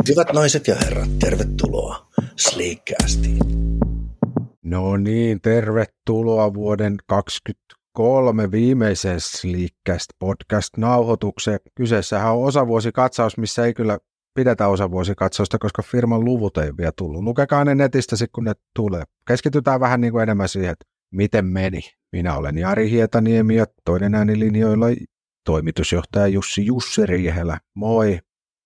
Hyvät naiset ja herrat, tervetuloa Sleekcastiin. No niin, tervetuloa vuoden 2023 viimeiseen Sleekcast podcast-nauhoitukseen. Kyseessähän on osavuosikatsaus, missä ei kyllä pidetä osavuosikatsausta, koska firman luvut ei vielä tullut. Lukekaa ne netistä, kun ne tulee. Keskitytään vähän niin kuin enemmän siihen, että miten meni. Minä olen Jari Hietaniemi ja toinen äänilinjoilla toimitusjohtaja Jussi Riehelä. Moi.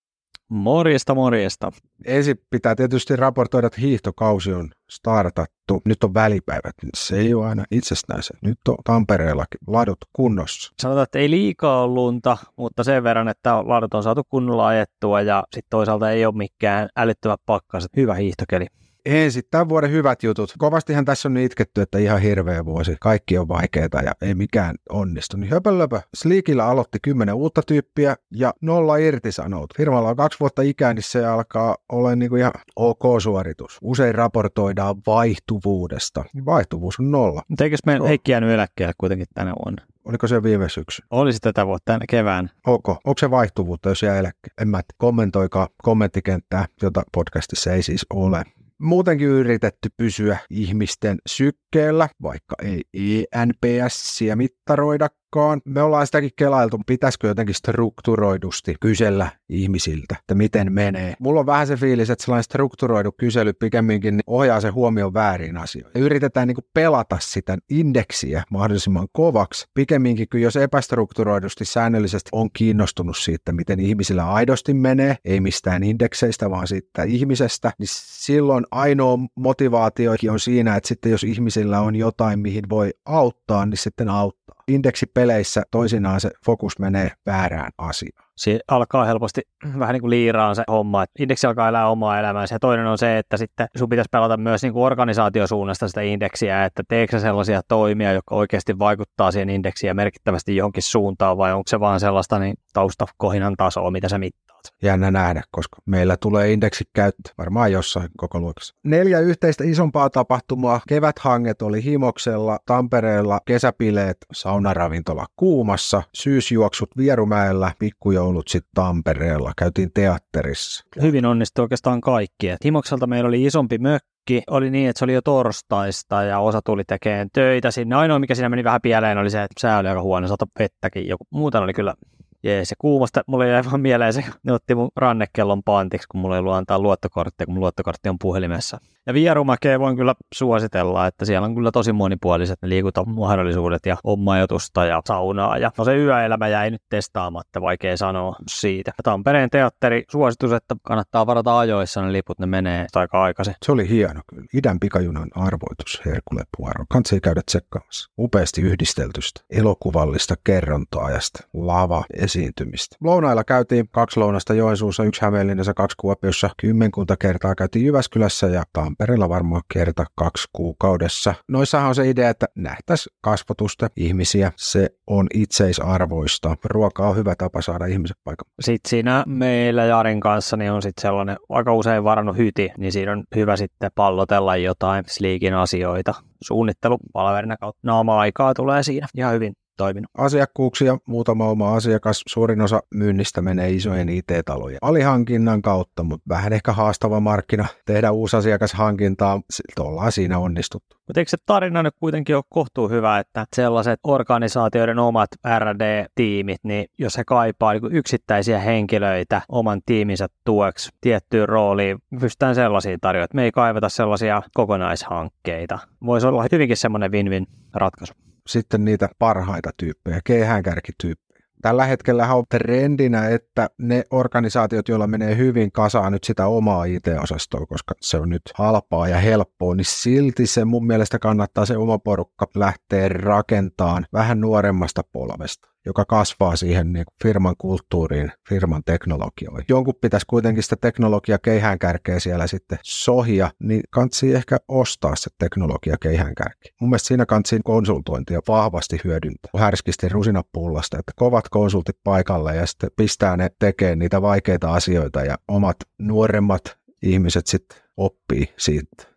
Morjesta. Ensin pitää tietysti raportoida, että hiihtokausi on startattu. Nyt on välipäivät. Se ei ole aina itsestään se. Nyt on Tampereellakin ladut kunnossa. Sanotaan, että ei liikaa ole lunta, mutta sen verran, että ladut on saatu kunnolla ajettua ja sitten toisaalta ei ole mikään älyttömät pakkaset. Hyvä hiihtokeli. Ensin tämän vuoden hyvät jutut. Kovastihan tässä on itketty, että ihan hirveä vuosi. Kaikki on vaikeaa ja ei mikään onnistu. Niin höpölöpö. Sleekillä aloitti 10 uutta tyyppiä ja 0 irtisanout. Firmalla on 2 vuotta ikää, niin se alkaa olla niin kuin ihan ok-suoritus. Usein raportoidaan vaihtuvuudesta. Vaihtuvuus on 0. Mutta eikös meidän Heikki jäänyt eläkkeelle kuitenkin tänä vuonna? Oliko se viime syksy? Olisi tätä vuotta tänä kevään. Ok. Onko se vaihtuvuutta, jos jää eläkkeelle? En mä kommentoikaa kommenttikenttää, jota podcastissa ei siis ole. Muutenkin yritetty pysyä ihmisten sykkeellä, vaikka ei ENPS:iä mittaroidakaan. Me ollaan sitäkin kelailtu, pitäisikö jotenkin strukturoidusti kysellä ihmisiltä, että miten menee. Mulla on vähän se fiilis, että sellainen strukturoidu kysely pikemminkin ohjaa se huomioon väärin asioihin. Yritetään niin kuin pelata sitä indeksiä mahdollisimman kovaksi, pikemminkin kuin jos epästrukturoidusti säännöllisesti on kiinnostunut siitä, miten ihmisillä aidosti menee, ei mistään indekseistä, vaan siitä ihmisestä, niin silloin ainoa motivaatiokin on siinä, että sitten jos ihmisillä on jotain, mihin voi auttaa, niin sitten auttaa. Indeksipeleissä toisinaan se fokus menee väärään asiaan. Siinä alkaa helposti vähän niin kuin liiraan se homma, että indeksi alkaa elää omaa elämäänsä. Ja toinen on se, että sitten sun pitäisi pelata myös niin kuin organisaatiosuunnasta sitä indeksiä, että teekö sä sellaisia toimia, jotka oikeasti vaikuttaa siihen indeksiin ja merkittävästi johonkin suuntaan, vai onko se vaan sellaista niin taustakohinan tasoa, mitä sä mittaat? Jännä nähdä, koska meillä tulee indeksit käyttö varmaan jossain koko luokassa. 4 yhteistä isompaa tapahtumaa. Keväthanget oli Himoksella, Tampereella kesäpileet, saunaravintola Kuumassa, syysjuoksut Vierumäellä, pikkujoulut sitten Tampereella. Käytiin teatterissa. Hyvin onnistui oikeastaan kaikki. Himokselta meillä oli isompi mökki. Oli niin, että se oli jo torstaista ja osa tuli tekemään töitä sinne. Ainoa, mikä siinä meni vähän pieleen, oli se, että sää oli aika huono, sato vettäkin. Joku muuten oli kyllä jees. Ja Kuumasta mulle jäi vaan mieleen se, ne otti mun rannekellon pantiksi, kun mulla ei ollut antaa luottokorttia, kun mun luottokortti on puhelimessa. Ja Vierumäkeä voin kyllä suositella, että siellä on kyllä tosi monipuoliset ne liikuntamahdollisuudet ja majoitusta ja saunaa. Ja no se yöelämä jäi nyt testaamatta, vaikea sanoa siitä. Ja Tampereen teatteri suositus, että kannattaa varata ajoissa ne liput, ne menee aika aikaisin. Se oli hieno kyllä. Idän pikajunan arvoitus Herkule Poirot. Kansi käydä tsekkaamassa. Upeasti yhdisteltystä elokuvallista kerronta-ajasta, lava-esiintymistä. Lounailla käytiin 2 lounasta Joensuussa, 1 Hämeenlinnassa, 2 Kuopiossa, 10 kertaa käytiin Jyväskylässä ja Tampereella varmaan kerta 2 kuukaudessa. Noissahan on se idea, että nähtäisiin kasvotusta ihmisiä. Se on itseisarvoista. Ruoka on hyvä tapa saada ihmiset paikalle. Sitten siinä meillä Jarin kanssa niin on sitten sellainen aika usein varannut hyti, niin siinä on hyvä sitten pallotella jotain Sleekin asioita. Suunnittelu palaverina kautta. Naama-aikaa tulee siinä ihan hyvin toiminut. Asiakkuuksia, muutama oma asiakas, suurin osa myynnistä menee isojen IT-talojen alihankinnan kautta, mutta vähän ehkä haastava markkina tehdä uusi asiakashankintaa, siltä ollaan siinä onnistuttu. Mutta eikö se tarina nyt kuitenkin ole kohtuu hyvä, että sellaiset organisaatioiden omat R&D-tiimit, niin jos he kaipaa niin yksittäisiä henkilöitä oman tiiminsä tueksi tiettyyn rooliin, pystytään sellaisia tarjoamaan, että me ei kaivata sellaisia kokonaishankkeita. Voisi olla hyvinkin semmoinen win-win ratkaisu. Sitten niitä parhaita tyyppejä, keihäänkärkityyppejä. Tällä hetkellä on trendinä, että ne organisaatiot, joilla menee hyvin kasaan nyt sitä omaa IT-osastoa, koska se on nyt halpaa ja helppoa, niin silti se mun mielestä kannattaa se oma porukka lähteä rakentamaan vähän nuoremmasta polvesta, joka kasvaa siihen niin firman kulttuuriin, firman teknologioihin. Jonkun pitäisi kuitenkin sitä teknologia keihäänkärkeä siellä sitten sohia, niin kantsii ehkä ostaa se teknologia keihäänkärki. Mun mielestä siinä kantsii konsultointia vahvasti hyödyntää. Härskisti rusinapullasta, että kovat konsultit paikalle ja sitten pistää ne tekemään niitä vaikeita asioita ja omat nuoremmat ihmiset sitten oppii siitä.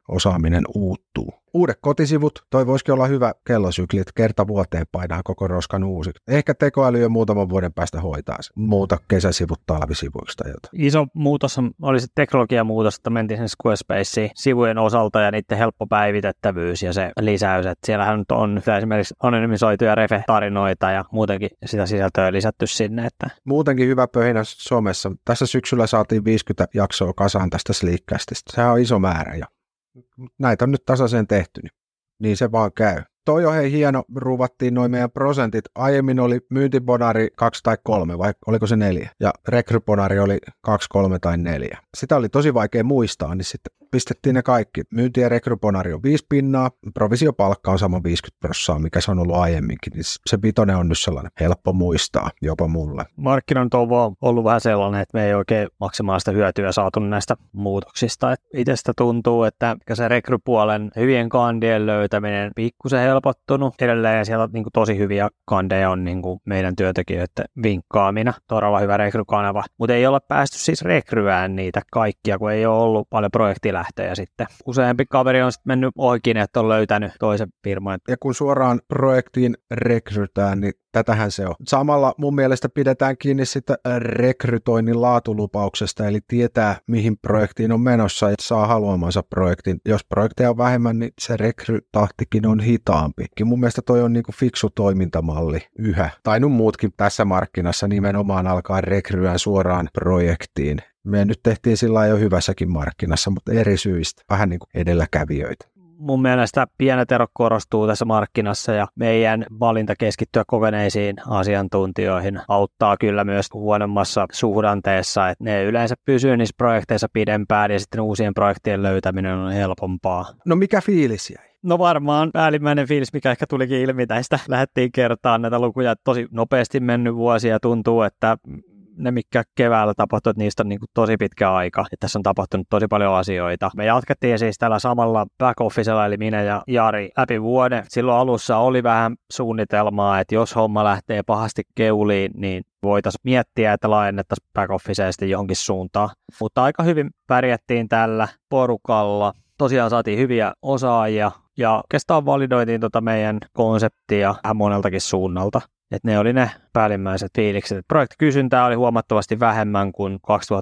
osaaminen uuttuu. Uudet kotisivut, toi voisikin olla hyvä kellosykli, että kerta vuoteen painaa koko roskan uusiksi. Ehkä tekoäly jo muutaman vuoden päästä hoitaa se. Muuta kesäsivut talvisivuiksi tai jotain. Iso muutos oli se teknologiamuutos, että mentiin sen Squarespaceen sivujen osalta ja niiden helppo päivitettävyys ja se lisäys. Että siellähän nyt on esimerkiksi anonymisoituja refe-tarinoita ja muutenkin sitä sisältöä lisätty sinne. Että... Muutenkin hyvä pöhinä somessa. Tässä syksyllä saatiin 50 jaksoa kasaan tästä Sleekcastista. Sehän on iso määrä ja näitä on nyt tasaisen tehty, niin se vaan käy. Toi on hei hieno, ruuvattiin noin meidän prosentit. Aiemmin oli myyntibonari 2 tai 3, vai oliko se 4? Ja rekrybonari oli 2, 3 tai 4. Sitä oli tosi vaikea muistaa, niin sitten pistettiin ne kaikki. Myynti- ja rekrybonari on 5 pinnaa, provisiopalkka on sama 50%, mikä se on ollut aiemminkin. Niin se vitonen on nyt sellainen helppo muistaa, jopa mulle. Markkinan on vaan ollut vähän sellainen, että me ei oikein maksimaalista hyötyä saatu näistä muutoksista. Itsestä tuntuu, että se rekrypuolen hyvien kandien löytäminen pikkusen helpottunut edelleen ja siellä niin kuin tosi hyviä kandeja on niin kuin meidän työntekijöiden vinkkaamina. Todella hyvä rekrykanava, mutta ei olla päästy siis rekryään niitä kaikkia, kun ei ole ollut paljon projektilähtöjä sitten. Useampi kaveri on sitten mennyt ohikin, että on löytänyt toisen firman. Ja kun suoraan projektiin rekrytään, niin tätähän se on. Samalla mun mielestä pidetään kiinni sitä rekrytoinnin laatulupauksesta, eli tietää, mihin projektiin on menossa ja saa haluamansa projektin. Jos projekteja on vähemmän, niin se rekrytahtikin on hitaampi. Mun mielestä toi on niinku fiksu toimintamalli yhä. Tai nyt muutkin tässä markkinassa nimenomaan alkaa rekryään suoraan projektiin. Me nyt tehtiin sillä jo hyvässäkin markkinassa, mutta eri syistä. Vähän niin kuin edelläkävijöitä. Mun mielestä pienet erot korostuu tässä markkinassa ja meidän valinta keskittyä kokeneisiin asiantuntijoihin auttaa kyllä myös huonommassa suhdanteessa, että ne yleensä pysyy niissä projekteissa pidempään ja sitten uusien projektien löytäminen on helpompaa. No mikä fiilis jäi? No varmaan päällimmäinen fiilis, mikä ehkä tulikin ilmi tästä. Lähdettiin kertaan näitä lukuja tosi nopeasti mennyt vuosia ja tuntuu, että ne, mitkä keväällä tapahtui, että niistä on niin kuin tosi pitkä aika. Että tässä on tapahtunut tosi paljon asioita. Me jatkettiin siis tällä samalla back-officella, eli minä ja Jari, läpi vuoden. Silloin alussa oli vähän suunnitelmaa, että jos homma lähtee pahasti keuliin, niin voitaisiin miettiä, että laajennettaisiin back-officea sitten johonkin suuntaan. Mutta aika hyvin pärjättiin tällä porukalla. Tosiaan saatiin hyviä osaajia ja oikeastaan validoitiin meidän konseptia vähän moneltakin suunnalta. Että ne oli ne päällimmäiset fiilikset. Projektikysyntää oli huomattavasti vähemmän kuin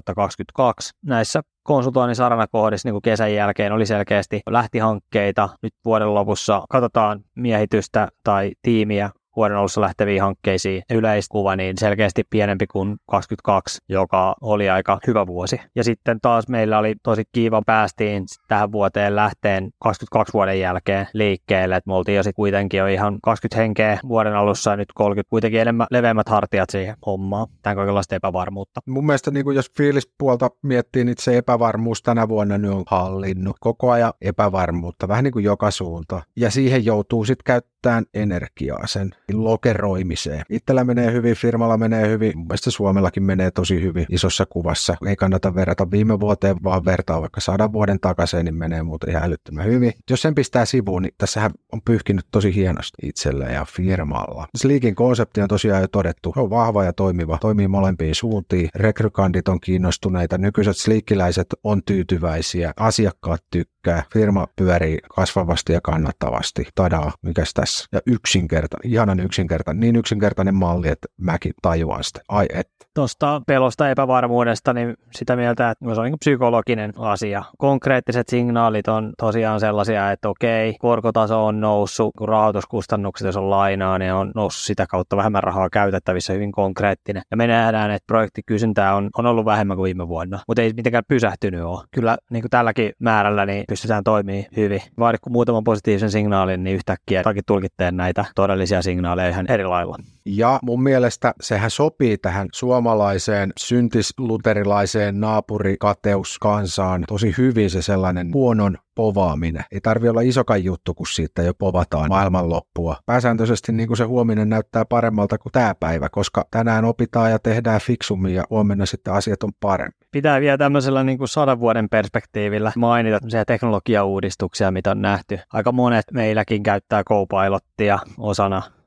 2022. Näissä konsultoinnin saranakohdissa niin kuin kesän jälkeen oli selkeästi lähtihankkeita. Nyt vuoden lopussa katsotaan miehitystä tai tiimiä vuoden alussa lähteviin hankkeisiin. Yleiskuva niin selkeästi pienempi kuin 22, joka oli aika hyvä vuosi. Ja sitten taas meillä oli tosi kiva, päästiin tähän vuoteen lähteen 22 vuoden jälkeen liikkeelle. Et me oltiin jo sitten kuitenkin jo ihan 20 henkeä vuoden alussa ja nyt 30 kuitenkin enemmän leveämmät hartiat siihen hommaan. Tämän kaikenlaista epävarmuutta. Mun mielestä niin jos fiilispuolta miettii, niin se epävarmuus tänä vuonna nyt on hallinnut. Koko ajan epävarmuutta, vähän niin kuin joka suunta. Ja siihen joutuu sitten käyttämään energiaa sen lokeroimiseen. Itsellä menee hyvin, firmalla menee hyvin. Mun mielestä Suomellakin menee tosi hyvin isossa kuvassa. Ei kannata verrata viime vuoteen, vaan vertaa vaikka 100 vuoden takaisin, niin menee muuten ihan älyttömän hyvin. Jos sen pistää sivuun, niin tässähän on pyyhkinyt tosi hienosti itsellä ja firmalla. Sleekin konsepti on tosiaan jo todettu. Se on vahva ja toimiva. Toimii molempiin suuntiin. Rekrykandit on kiinnostuneita. Nykyiset sleekiläiset on tyytyväisiä. Asiakkaat tykkää. Firma pyörii kasvavasti ja kannattavasti. Tadaa, mikäs tässä? Ja ihanan yksinkertainen. Niin yksinkertainen malli, että mäkin tajuan sitä. Ai että. Tuosta pelosta epävarmuudesta, niin sitä mieltä, että se on niin psykologinen asia. Konkreettiset signaalit on tosiaan sellaisia, että okei, korkotaso on noussut, kun rahoituskustannukset, jos on lainaa, niin on noussut sitä kautta vähemmän rahaa käytettävissä, hyvin konkreettinen. Ja me nähdään, että projektikysyntää on ollut vähemmän kuin viime vuonna, mutta ei mitenkään pysähtynyt ole. Kyllä niin kuin tälläkin määrällä niin pystytään toimimaan hyvin. Vaadit kun muutaman positiivisen signaalin, niin yhtäkkiä kaikki tulkitteen näitä todellisia signaaleja ihan eri lailla. Ja mun mielestä sehän sopii tähän suomalaiseen syntisluterilaiseen naapurikateuskansaan tosi hyvin se sellainen huonon povaaminen. Ei tarvitse olla isokaan juttu, kun siitä jo povataan maailmanloppua. Pääsääntöisesti niin kuin se huominen näyttää paremmalta kuin tämä päivä, koska tänään opitaan ja tehdään fiksummin ja huomenna sitten asiat on parempi. Pitää vielä tämmöisellä niin kuin 100 vuoden perspektiivillä mainita tämmöisiä teknologiauudistuksia, mitä on nähty. Aika monet meilläkin käyttää Copilottia osana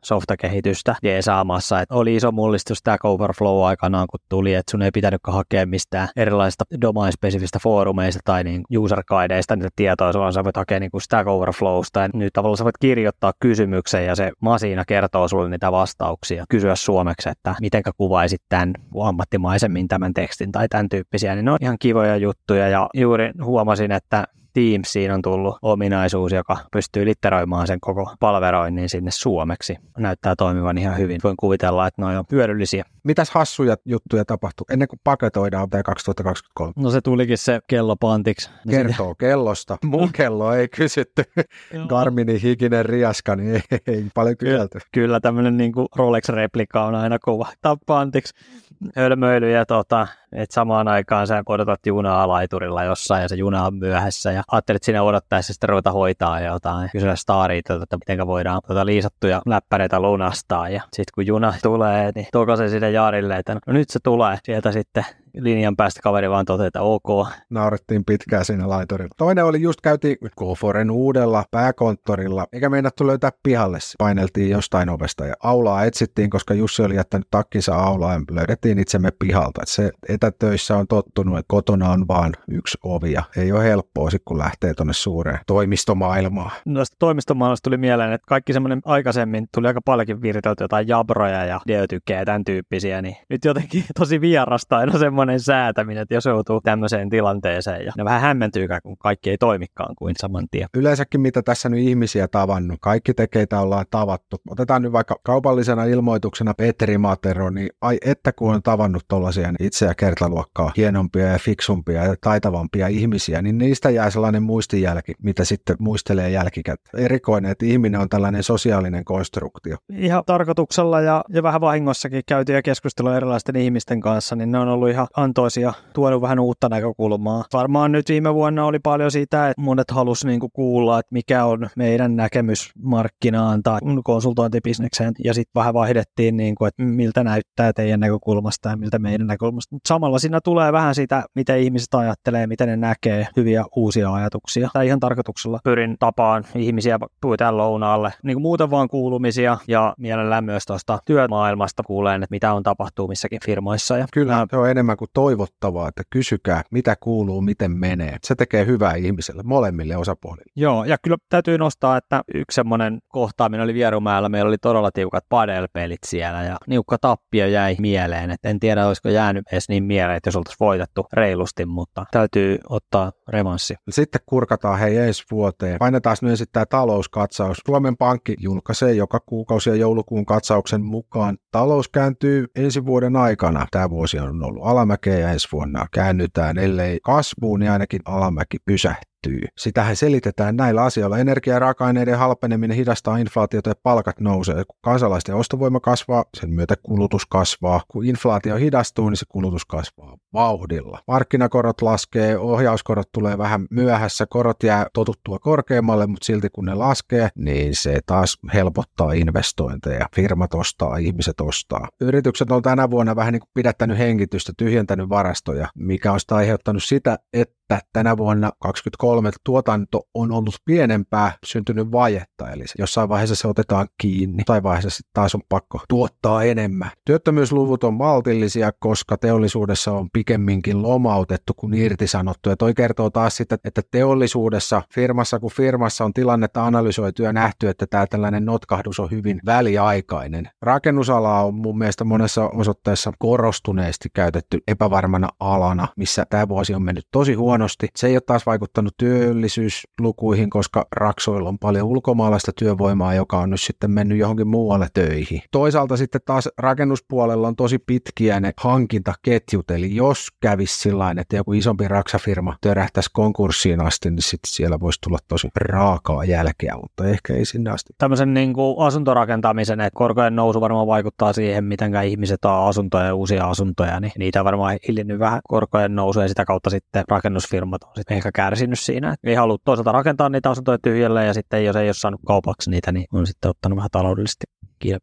softakehitystä jeesaamassa. Et oli iso mullistus tämä Stack Overflow aikanaan, kun tuli, että sun ei pitänytkään hakea mistään erilaisista domain-spesifistä foorumeista tai niin user guideista niitä tietoa, vaan sä voit hakea niin kuin Stack Overflowsta. Ja nyt tavallaan sä voit kirjoittaa kysymyksen ja se masina kertoo sulle niitä vastauksia. Kysyä suomeksi, että mitenkä kuvaisit tämän ammattimaisemmin tämän tekstin tai tämän tyyppisiä. Niin ne on ihan kivoja juttuja ja juuri huomasin, että Teamsiin on tullut ominaisuus, joka pystyy litteroimaan sen koko palveroinnin sinne suomeksi. Näyttää toimivan ihan hyvin. Voin kuvitella, että ne on hyödyllisiä. Mitäs hassuja juttuja tapahtuu ennen kuin paketoidaan tämä 2023? No se tulikin se kello pantiksi. Kertoo kellosta. Mun kello ei kysytty. Garminin hikinen riaska, niin ei paljon kyselty. Kyllä tämmöinen niin kuin Rolex-replika on aina kova. Pantiksi hölmöilyjä, että samaan aikaan sä odotat junaa laiturilla jossain ja se juna on myöhässä ja ajattelet siinä odottaessa sitten ruveta hoitaa jotain, kysyä staria, että miten voidaan liisattuja läppäreitä lunastaa ja sitten kun juna tulee, niin tokaisen sinne Jaarille, että no nyt se tulee sieltä sitten linjan päästä kaveri vaan totesi, että ok. Naurettiin pitkään siinä laiturilla. Toinen oli just käytiin Goforen uudella pääkonttorilla, eikä meinattu löytää pihalle. Paineltiin jostain ovesta ja aulaa etsittiin, koska Jussi oli jättänyt takkinsa aulaan ja löydettiin itsemme pihalta. Et se etätöissä on tottunut, että kotona on vaan yksi ovi ja ei ole helppoa sit, kun lähtee tuonne suureen toimistomaailmaan. Noista toimistomaailmasta tuli mieleen, että kaikki semmoinen aikaisemmin tuli aika paljonkin viritelty jotain jabroja ja deotykkejä ja tämän tyyppisiä, niin nyt jotenkin tosi vierasta aina semmoinen säätäminen, että jos joutuu tämmöiseen tilanteeseen ja ne vähän hämmentyykään, kun kaikki ei toimikaan kuin saman tien. Yleensäkin mitä tässä nyt ihmisiä tavannut, kaikki tekeitä ollaan tavattu. Otetaan nyt vaikka kaupallisena ilmoituksena Petteri Matero, niin ai että kun on tavannut tollaisia niin itseä kertaluokkaa hienompia ja fiksumpia ja taitavampia ihmisiä, niin niistä jää sellainen muistijälki, mitä sitten muistelee jälkikäteen. Erikoinen, että ihminen on tällainen sosiaalinen konstruktio. Ihan tarkoituksella ja vähän vahingossakin käytiin keskustelua erilaisten ihmisten kanssa, niin ne on ollut ihan antoisia, tuonut vähän uutta näkökulmaa. Varmaan nyt viime vuonna oli paljon sitä, että monet halusi niinku kuulla, että mikä on meidän näkemys markkinaan tai konsultointibisnekseen, ja sitten vähän vaihdettiin, niinku, että miltä näyttää teidän näkökulmasta ja miltä meidän näkökulmasta. Mut samalla siinä tulee vähän sitä, miten ihmiset ajattelee, miten ne näkee hyviä uusia ajatuksia. Tai ihan tarkoituksella pyrin tapaan ihmisiä puhutaan lounaalle. Niinku muuten vaan kuulumisia ja mielellään myös tuosta työmaailmasta kuuleen, että mitä on tapahtuu missäkin firmoissa. Ja kyllä se on enemmän kuin toivottavaa, että kysykää, mitä kuuluu, miten menee. Se tekee hyvää ihmiselle, molemmille osapuolille. Joo, ja kyllä täytyy nostaa, että yksi semmoinen kohtaaminen oli Vierumäellä. Meillä oli todella tiukat padel-pelit siellä ja niukka tappio jäi mieleen. Et en tiedä, olisiko jäänyt edes niin mieleen, että jos oltaisiin voitettu reilusti, mutta täytyy ottaa revanssi. Sitten kurkataan ensi vuoteen. Painetaan nyt ensin tämä talouskatsaus. Suomen Pankki julkaisee joka kuukausi ja joulukuun katsauksen mukaan. Talous kääntyy ensi vuoden aikana. Tämä vuosi on ollut alamäkeä ja ensi vuonna käännytään, ellei kasvuun, niin ainakin alamäki pysähtyy. Sitähän selitetään näillä asioilla. Energia- ja raaka-aineiden halpeneminen hidastaa inflaatiota ja palkat nousee. Kun kansalaisten ostovoima kasvaa, sen myötä kulutus kasvaa. Kun inflaatio hidastuu, niin se kulutus kasvaa vauhdilla. Markkinakorot laskee, ohjauskorot tulee vähän myöhässä, korot jää totuttua korkeammalle, mutta silti kun ne laskee, niin se taas helpottaa investointeja. Firmat ostaa, ihmiset ostaa. Yritykset on tänä vuonna vähän niin kuin pidättänyt hengitystä, tyhjentänyt varastoja, mikä on aiheuttanut sitä, että tänä vuonna 2023 tuotanto on ollut pienempää, syntynyt vajetta, eli jossain vaiheessa se otetaan kiinni, tai vaiheessa sitten taas on pakko tuottaa enemmän. Työttömyysluvut on maltillisia, koska teollisuudessa on pikemminkin lomautettu kuin irtisanottu, ja toi kertoo taas sitä, että teollisuudessa, firmassa kuin firmassa on tilannetta analysoitu ja nähty, että tämä tällainen notkahdus on hyvin väliaikainen. Rakennusala on mun mielestä monessa osoitteessa korostuneesti käytetty epävarmana alana, missä tämä vuosi on mennyt tosi huonosti. Se ei ole taas vaikuttanut työllisyyslukuihin, koska Raksoilla on paljon ulkomaalaista työvoimaa, joka on nyt sitten mennyt johonkin muualle töihin. Toisaalta sitten taas rakennuspuolella on tosi pitkiä ne hankintaketjut, eli jos kävisi sillain, että joku isompi raksafirma törähtäisi konkurssiin asti, niin sitten siellä voisi tulla tosi raakaa jälkeä, mutta ehkä ei sinne asti. Tämmöisen niin kuin asuntorakentamisen, että korkojen nousu varmaan vaikuttaa siihen, miten ihmiset saa asuntoja ja uusia asuntoja, niin niitä on varmaan hiljennyt vähän korkojen nousu ja sitä kautta sitten rakennusfirmat on sitten ehkä kärsinyt siinä. Ei halua toisaalta rakentaa niitä asuntoja tyhjälle ja sitten jos ei ole saanut kaupaksi niitä, niin on sitten ottanut vähän taloudellisesti kilpeä.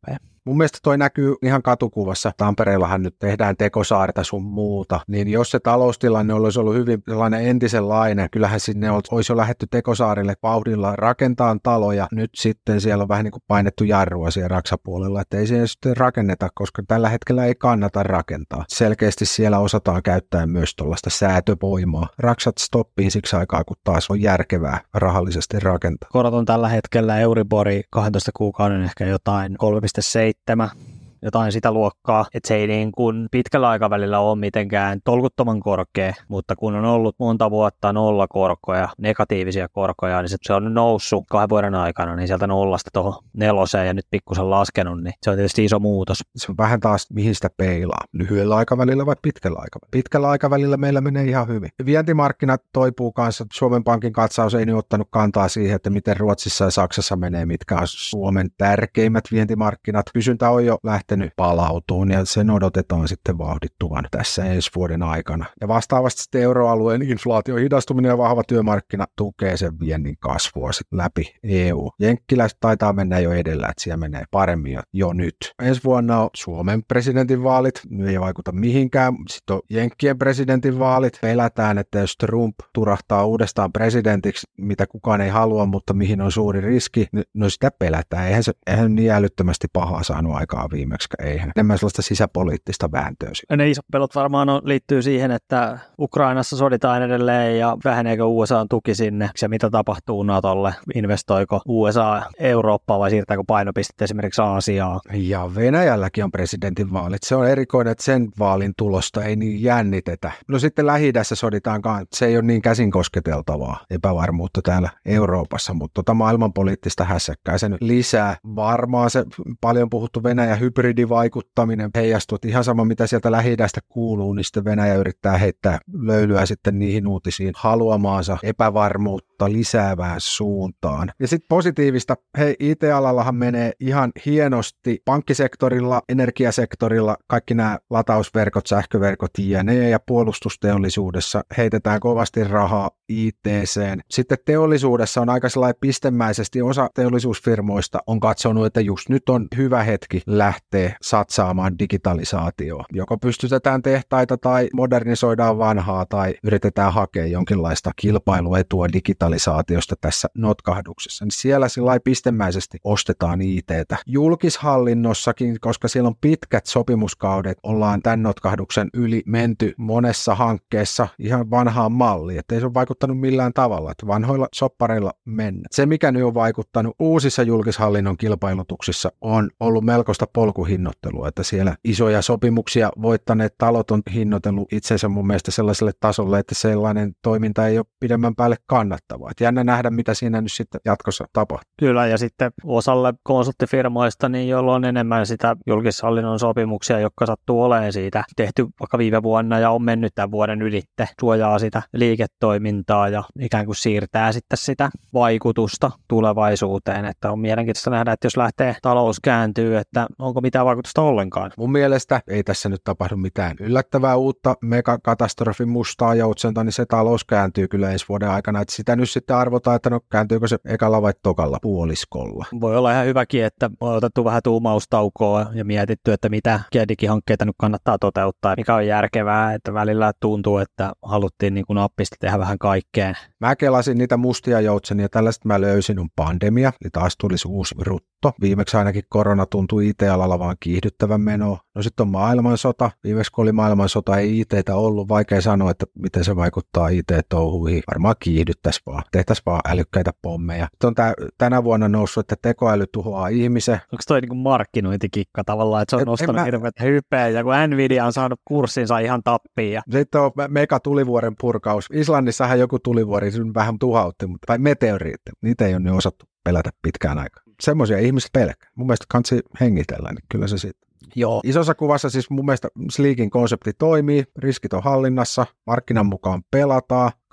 Mun mielestä toi näkyy ihan katukuvassa. Tampereellahan nyt tehdään tekosaarta sun muuta, niin jos se taloustilanne olisi ollut hyvin sellainen entisenlainen, kyllähän sinne olisi jo lähdetty tekosaarille vauhdilla rakentaa taloja. Nyt sitten siellä on vähän niin kuin painettu jarrua siellä Raksapuolella, että ei siihen sitten rakenneta, koska tällä hetkellä ei kannata rakentaa. Selkeästi siellä osataan käyttää myös tuollaista säätövoimaa. Raksat stoppiin siksi aikaa, kun taas on järkevää rahallisesti rakentaa. Korot on tällä hetkellä Euribori 12 kuukauden ehkä jotain 3,7. Jotain sitä luokkaa, että se ei niin kuin pitkällä aikavälillä ole mitenkään tolkuttoman korkea, mutta kun on ollut monta vuotta nollakorkoja, negatiivisia korkoja, niin se on noussut 2 vuoden aikana, niin sieltä 0 tuohon 4 ja nyt pikkusen laskenut, niin se on tietysti iso muutos. Se on vähän taas mihin sitä peilaa, lyhyellä aikavälillä vai pitkällä aikavälillä. Pitkällä aikavälillä meillä menee ihan hyvin. Vientimarkkinat toipuu kanssa, Suomen Pankin katsaus ei nyt ottanut kantaa siihen, että miten Ruotsissa ja Saksassa menee, mitkä on Suomen tärkeimmät vientimarkkinat. Kysyntä on jo lähtenyt palautuun ja sen odotetaan sitten vauhdittuvan tässä ensi vuoden aikana. Ja vastaavasti sitten euroalueen inflaation hidastuminen ja vahva työmarkkina tukee sen viennin kasvua sitten läpi EU. Jenkkiläiset taitaa mennä jo edellä, että siellä menee paremmin jo nyt. Ensi vuonna on Suomen presidentinvaalit, ne ei vaikuta mihinkään. Sitten on Jenkkien presidentinvaalit. Pelätään, että jos Trump turahtaa uudestaan presidentiksi, mitä kukaan ei halua, mutta mihin on suuri riski, no sitä pelätään. Eihän niin älyttömästi pahaa saanut aikaa viimeksi. Eihän. Enemmän sellaista sisäpoliittista vääntöä. Ne isot pelot varmaan liittyy siihen, että Ukrainassa soditaan edelleen ja väheneekö USA:n tuki sinne ja mitä tapahtuu NATOlle. Investoiko USA Eurooppaan vai siirtääkö painopistettä esimerkiksi Aasiaan? Ja Venäjälläkin on presidentinvaalit. Se on erikoinen, että sen vaalin tulosta ei niin jännitetä. No sitten Lähi-idässä soditaankaan. Se ei ole niin käsin kosketeltavaa epävarmuutta täällä Euroopassa, mutta maailmanpoliittista hässäkkää se nyt lisää. Varmaan se paljon puhuttu Venäjä hybridivaikuttaminen heijastuu, että ihan sama mitä sieltä Lähi-idästä kuuluu, niin sitten Venäjä yrittää heittää löylyä sitten niihin uutisiin haluamaansa epävarmuutta lisäävään suuntaan. Ja sitten positiivista, IT-alallahan menee ihan hienosti pankkisektorilla, energiasektorilla, kaikki nämä latausverkot, sähköverkot jne. Ja puolustusteollisuudessa heitetään kovasti rahaa IT:seen. Sitten teollisuudessa on aika sellainen pistemäisesti, osa teollisuusfirmoista on katsonut, että just nyt on hyvä hetki lähteä satsaamaan digitalisaatioon. Joko pystytetään tehtaita tai modernisoidaan vanhaa tai yritetään hakea jonkinlaista kilpailuetua digitalisaatiosta tässä notkahduksessa. Niin siellä sillä pistemäisesti ostetaan IT:tä. Julkishallinnossakin, koska siellä on pitkät sopimuskaudet, ollaan tämän notkahduksen yli menty monessa hankkeessa ihan vanhaan malliin, ettei se ole vaikuttanut millään tavalla, että vanhoilla soppareilla mennä. Se, mikä nyt on vaikuttanut uusissa julkishallinnon kilpailutuksissa, on ollut melkoista polkuhinnoittelua, että siellä isoja sopimuksia voittaneet talot on hinnoitellut itsensä mun mielestä sellaiselle tasolle, että sellainen toiminta ei ole pidemmän päälle kannattavaa. Et jännä nähdä, mitä siinä nyt sitten jatkossa tapahtuu. Kyllä, ja sitten osalle konsulttifirmoista, niin joilla on enemmän sitä julkishallinnon sopimuksia, jotka sattuu olemaan siitä tehty vaikka viime vuonna ja on mennyt tämän vuoden ylitte, suojaa sitä liiketoimintaa ja ikään kuin siirtää sitten sitä vaikutusta tulevaisuuteen, että on mielenkiintoista nähdä, että jos lähtee talous kääntyy, että onko mitään vaikutusta ollenkaan. Mun mielestä ei tässä nyt tapahdu mitään yllättävää uutta megakatastrofin mustaa joutsenta, niin se talous kääntyy kyllä ensi vuoden aikana, että sitä nyt sitten arvotaan, että no kääntyykö se ekalla vai tokalla puoliskolla. Voi olla ihan hyväkin, että on otettu vähän tuumaustaukoa ja mietitty, että mitä digihankkeita nyt kannattaa toteuttaa, mikä on järkevää, että välillä tuntuu, että haluttiin niin kuin nappista tehdä vähän kaikkeen. Mä kelasin niitä mustia joutsenia, tällaista mä löysin on pandemia, eli taas tulisi uusi rutto. Viimeksi ainakin korona tuntui IT-alalla vaan kiihdyttävän menoa. No sitten on maailmansota. Viimeksi kun oli maailmansota, ei IT:tä ollut. Vaikea sanoa, että miten se vaikuttaa IT-touhuihin. Varmaan kiihdyttäisi vaan. Tehtäisiin vaan älykkäitä pommeja. Sitten on tänä vuonna noussut, että tekoäly tuhoaa ihmisen. Onko toi niin kuin markkinointikikka tavallaan, että se on nostanut hirveät hypeä ja kun Nvidia on saanut kurssinsa ihan tappiin. Sitten on megatulivuoren purkaus. Islannissahan joku tulivuori vähän tuhautti, tai meteoriitti. Niitä ei ole nyt osattu pelätä pitkään aikaan. Semmoisia ihmiset pelkää. Mun mielestä kansi hengitellä, niin kyllä se sitten. Joo. Isossa kuvassa siis mun mielestä Sleekin konsepti toimii, riskit on hallinnassa, markkinan mukaan pelataan,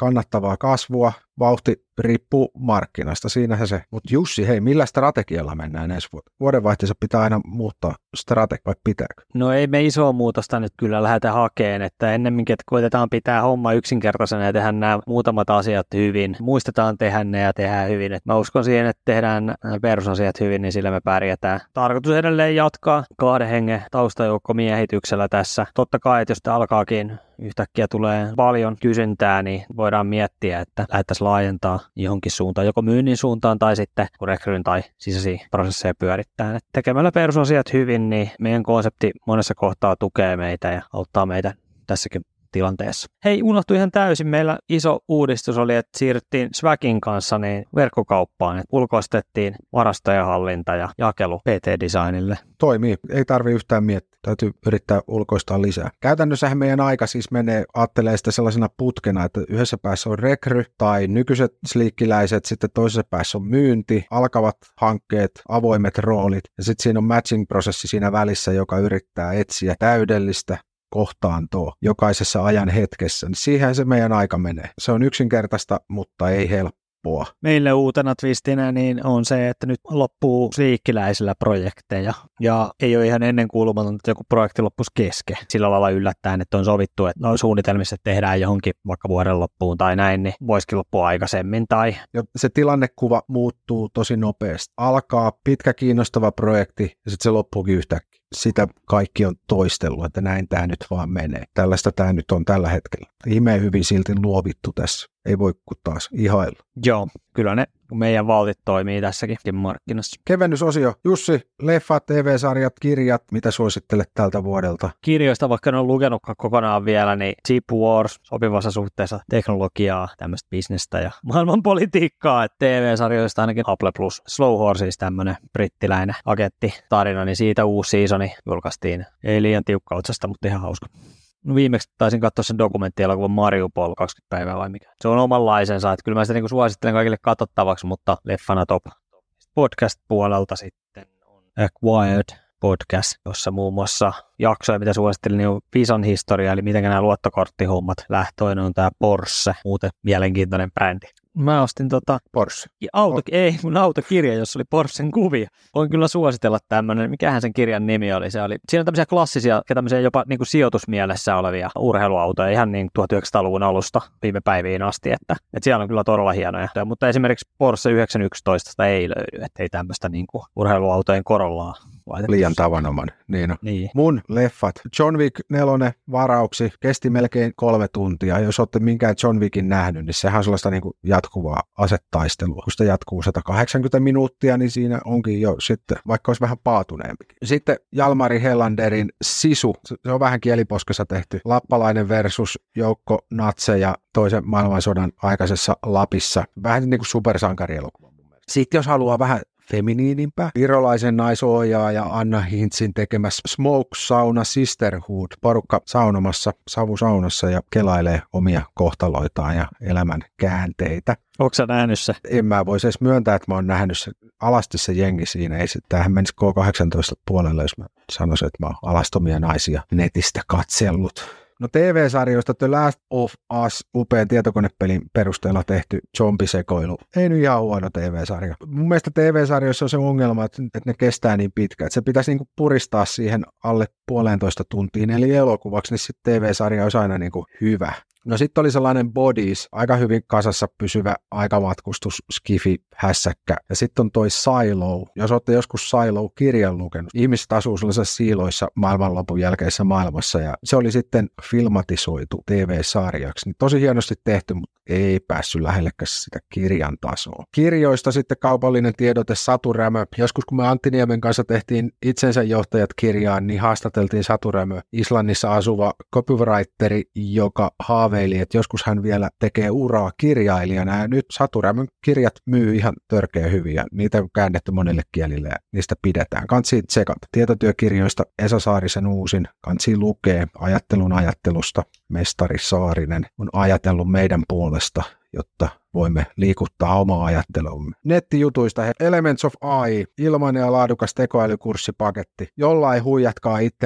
kannattavaa kasvua, vauhti riippuu markkinasta, siinähän se. Mutta Jussi, hei, millä strategialla mennään ensi vuotta? Vuodenvaihteessa pitää aina muuttaa strategia, vai pitääkö? No ei me isoa muutosta nyt kyllä lähdetä hakemaan, että ennemminkin, että koitetaan pitää homma yksinkertaisena ja tehdä nämä muutamat asiat hyvin. Muistetaan tehdä ne ja tehdään hyvin. Et mä uskon siihen, että tehdään perusasiat hyvin, niin sillä me pärjätään. Tarkoitus edelleen jatkaa 2 hengen taustajoukkomiehityksellä tässä. Totta kai, että jos tämä alkaakin yhtäkkiä tulee paljon kysyntää, niin voidaan miettiä, että lähdettäisiin laajentaa johonkin suuntaan, joko myynnin suuntaan tai sitten rekryn tai sisäisiä prosesseja pyörittää. Et tekemällä perusasiat hyvin, niin meidän konsepti monessa kohtaa tukee meitä ja auttaa meitä tässäkin tilanteessa. Hei, unohtui ihan täysin. Meillä iso uudistus oli, että siirryttiin Swagin kanssa niin verkkokauppaan, että ulkoistettiin varastojen hallinta ja jakelu PT-designille. Toimii, ei tarvitse yhtään miettiä. Täytyy yrittää ulkoistaa lisää. Käytännössähän meidän aika siis ajattelee sitä sellaisena putkena, että yhdessä päässä on rekry tai nykyiset sliikkiläiset, sitten toisessa päässä on myynti, alkavat hankkeet, avoimet roolit ja sitten siinä on matching-prosessi siinä välissä, joka yrittää etsiä täydellistä kohtaantoa jokaisessa ajan hetkessä. Niin siihen se meidän aika menee. Se on yksinkertaista, mutta ei helppoa. Meille uutena twistinä niin on se, että nyt loppuu sliikkiläisillä projekteja ja ei ole ihan ennen kuulumaton, että joku projekti loppuisi kesken. Sillä lailla yllättäen, että on sovittu, että suunnitelmissa tehdään johonkin vaikka vuoden loppuun tai näin, niin voisikin loppua aikaisemmin. Tai se tilannekuva muuttuu tosi nopeasti. Alkaa pitkä kiinnostava projekti ja sitten se loppuukin yhtäkkiä. Sitä kaikki on toistellut, että näin tämä nyt vaan menee. Tällaista tämä nyt on tällä hetkellä. Ihmeen hyvin silti luovittu tässä. Ei voi kuin taas ihailla. Joo, kyllä ne meidän valtit toimii tässäkin markkinassa. Kevennysosio. Jussi, leffat, TV-sarjat, kirjat, mitä suosittelet tältä vuodelta? Kirjoista, vaikka en ole lukenutkaan kokonaan vielä, niin Cheap Wars, sopivassa suhteessa teknologiaa, tämmöistä bisnestä ja maailmanpolitiikkaa. TV-sarjoista ainakin Apple Plus, Slow Horses, tämmöinen brittiläinen agenttitarina, niin siitä uusi seasoni julkaistiin. Ei liian tiukkautsasta, mutta ihan hauska. No viimeksi taisin katsoa sen dokumenttielokuvan Mariupol 20 päivää vai mikä. Se on omanlaisensa, että kyllä mä sitä niin kuin suosittelen kaikille katsottavaksi, mutta leffana top. Podcast-puolelta sitten on Acquired podcast, jossa muun muassa jaksoja, mitä suosittelin, niin on Visan historia, eli miten nämä luottokorttihommat lähtöinen on tämä Porsche, muuten mielenkiintoinen brändi. Mä ostin Porsche. Mun autokirja, jossa oli Porschen kuvia. Voin kyllä suositella tämmönen, mikähän sen kirjan nimi oli. Siinä on tämmöisiä klassisia, tämmöisiä jopa niin kuin sijoitusmielessä olevia urheiluautoja, ihan niin 1900-luvun alusta viime päiviin asti, että siellä on kyllä todella hienoja. Mutta esimerkiksi Porsche 911 ei löydy, ettei tämmöistä niin kuin urheiluautojen Corollaa laitettu. Liian tavanomainen. Niin on. Niin. Mun leffat. John Wick 4 varauksi kesti melkein 3 tuntia. Jos olette minkään John Wickin nähnyt, niin sehän on sellaista niin kuin jatkuvaa asetaistelua. Kun sitä jatkuu 180 minuuttia, niin siinä onkin jo sitten, vaikka olisi vähän paatuneempikin. Sitten Jalmari Hellanderin Sisu. Se on vähän kieliposkessa tehty. Lappalainen versus joukko natseja toisen maailmansodan aikaisessa Lapissa. Vähän niin kuin supersankarielokuva mun mielestä. Sitten jos haluaa vähän feminiinimpää. Virolaisen naisohjaaja Anna Hintzin tekemässä Smoke Sauna Sisterhood. Porukka saunomassa, savusaunassa ja kelailee omia kohtaloitaan ja elämän käänteitä. Onko sä nähnyt se? En mä voisi edes myöntää, että mä oon nähnyt se. Alasti se jengi siinä. Tämähän menisi K18 puolelle, jos mä sanoisin, että mä oon alastomia naisia netistä katsellut. No TV-sarjoista The Last of Us, upean tietokonepelin perusteella tehty zombisekoilu. Ei nyt ihan huono TV-sarja. Mun mielestä TV-sarjoissa on se ongelma, että ne kestää niin pitkään, että se pitäisi niinku puristaa siihen alle 1,5 tuntiin, eli elokuvaksi, niin sitten TV-sarja olisi aina niinku hyvä. No sitten oli sellainen Bodies, aika hyvin kasassa pysyvä aikamatkustus, skifi, hässäkkä. Ja sitten on toi Silo. Jos olette joskus Silo-kirjan lukenut, ihmiset asuu sellaisissa siiloissa maailmanlopun jälkeisessä maailmassa. Ja se oli sitten filmatisoitu TV-sarjaksi. Niin tosi hienosti tehty, mutta ei päässyt lähellekään sitä kirjan tasoa. Kirjoista sitten kaupallinen tiedote Satu Rämö. Joskus kun me Antti Niemen kanssa tehtiin itsensä johtajat kirjaan, niin haastateltiin Satu Rämö, Islannissa asuva copywriteri, joka haaveili, että joskus hän vielä tekee uraa kirjailijana. Ja nyt Satu Rämön kirjat myy ihan törkeä hyvin ja niitä on käännetty monelle kielille ja niistä pidetään. Kansi tsekata. Tietotyökirjoista Esa Saarisen uusin. Kansi lukee Ajattelun ajattelusta. Mestari Saarinen on ajatellut meidän puolesta, jotta voimme liikuttaa omaa ajattelumme. Nettijutuista Elements of AI, ilmainen ja laadukas tekoälykurssipaketti. Jollain huijatkaa ittenne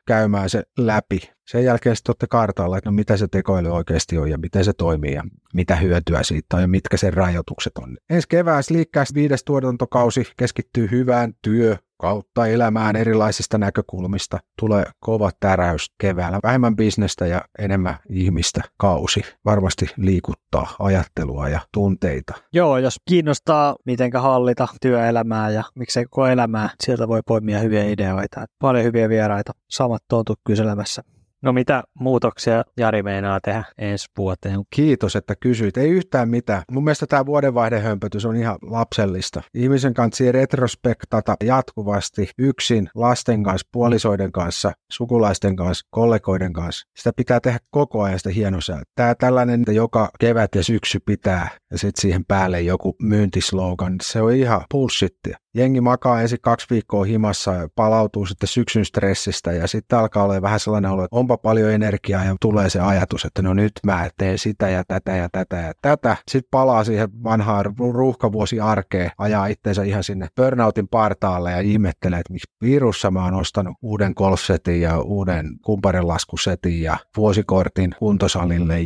käymään se läpi. Sen jälkeen sitten olette kartalla, että no mitä se tekoäly oikeasti on ja miten se toimii ja mitä hyötyä siitä on ja mitkä sen rajoitukset on. Ensi kevään Sleekcast 5. tuotantokausi keskittyy hyvään kautta elämään erilaisista näkökulmista. Tulee kova täräys keväällä. Vähemmän bisnestä ja enemmän ihmistä kausi. Varmasti liikuttaa ajattelua ja tunteita. Joo, jos kiinnostaa mitenkä hallita työelämää ja miksei koko elämää, sieltä voi poimia hyviä ideoita. Paljon hyviä vieraita. Samat tontut kyselemässä. No mitä muutoksia Jari meinaa tehdä ensi vuoteen? Kiitos, että kysyit. Ei yhtään mitään. Mun mielestä tämä vuodenvaihdehömpötys on ihan lapsellista. Ihmisen kanssa retrospektata jatkuvasti yksin, lasten kanssa, puolisoiden kanssa, sukulaisten kanssa, kollegoiden kanssa. Sitä pitää tehdä koko ajan sitä hienosää. Tämä tällainen, että joka kevät ja syksy pitää ja sitten siihen päälle joku myyntislogan, se on ihan bullshittia. Jengi makaa ensin 2 viikkoa himassa ja palautuu sitten syksyn stressistä ja sitten alkaa olla vähän sellainen olo, että onpa paljon energiaa ja tulee se ajatus, että no nyt mä teen sitä ja tätä ja tätä ja tätä. Sitten palaa siihen vanhaan ruuhkavuosiarkeen, ajaa itseensä ihan sinne burnoutin partaalle ja ihmettelee, että miksi virussa mä oon ostanut uuden golfsetin ja uuden kumparinlaskusetin ja vuosikortin kuntosalille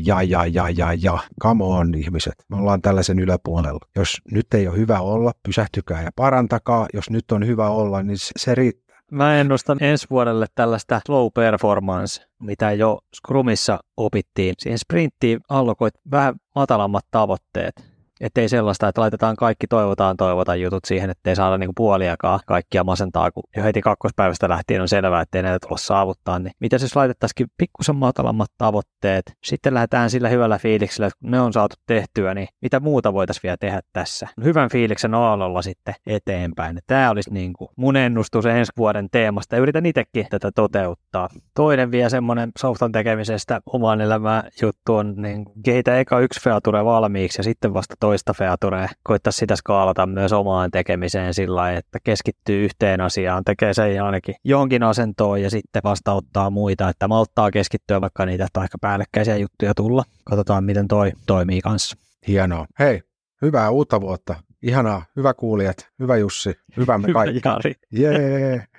ja. Come on ihmiset, me ollaan tällaisen yläpuolella. Jos nyt ei ole hyvä olla, pysähtykää ja parantakaa. Jos nyt on hyvä olla, niin se riittää. Mä ennustan ensi vuodelle tällaista slow performance, mitä jo Scrumissa opittiin. Siihen sprinttiin allokoit vähän matalammat tavoitteet. Ettei sellaista, että laitetaan kaikki toivotaan jutut siihen, ettei saada niinku puoliakaan kaikkia masentaa, kun jo heti 2. päivästä lähtien on selvää, ettei näitä tulla saavuttaa. Niin mitä jos laitettaisikin pikkusen matalammat tavoitteet, sitten lähdetään sillä hyvällä fiiliksellä, että kun ne on saatu tehtyä, niin mitä muuta voitaisiin vielä tehdä tässä? Hyvän fiiliksen aallolla sitten eteenpäin. Tämä olisi niinku mun ennustus ensi vuoden teemasta ja yritän itsekin tätä toteuttaa. Toinen vielä semmoinen softan tekemisestä oman elämään juttu on niin kehitä eka 1 feature valmiiksi ja sitten vasta toista featurea. Koittaisi sitä skaalata myös omaan tekemiseen sillä lailla, että keskittyy yhteen asiaan, tekee sen ainakin jonkin asentoon ja sitten vasta ottaa muita, että malttaa keskittyä vaikka niitä aika päällekkäisiä juttuja tulla. Katsotaan, miten toi toimii kanssa. Hienoa. Hei, hyvää uutta vuotta. Ihanaa. Hyvä kuulijat. Hyvä Jussi. Hyvä me kaikki. Jari. Jee.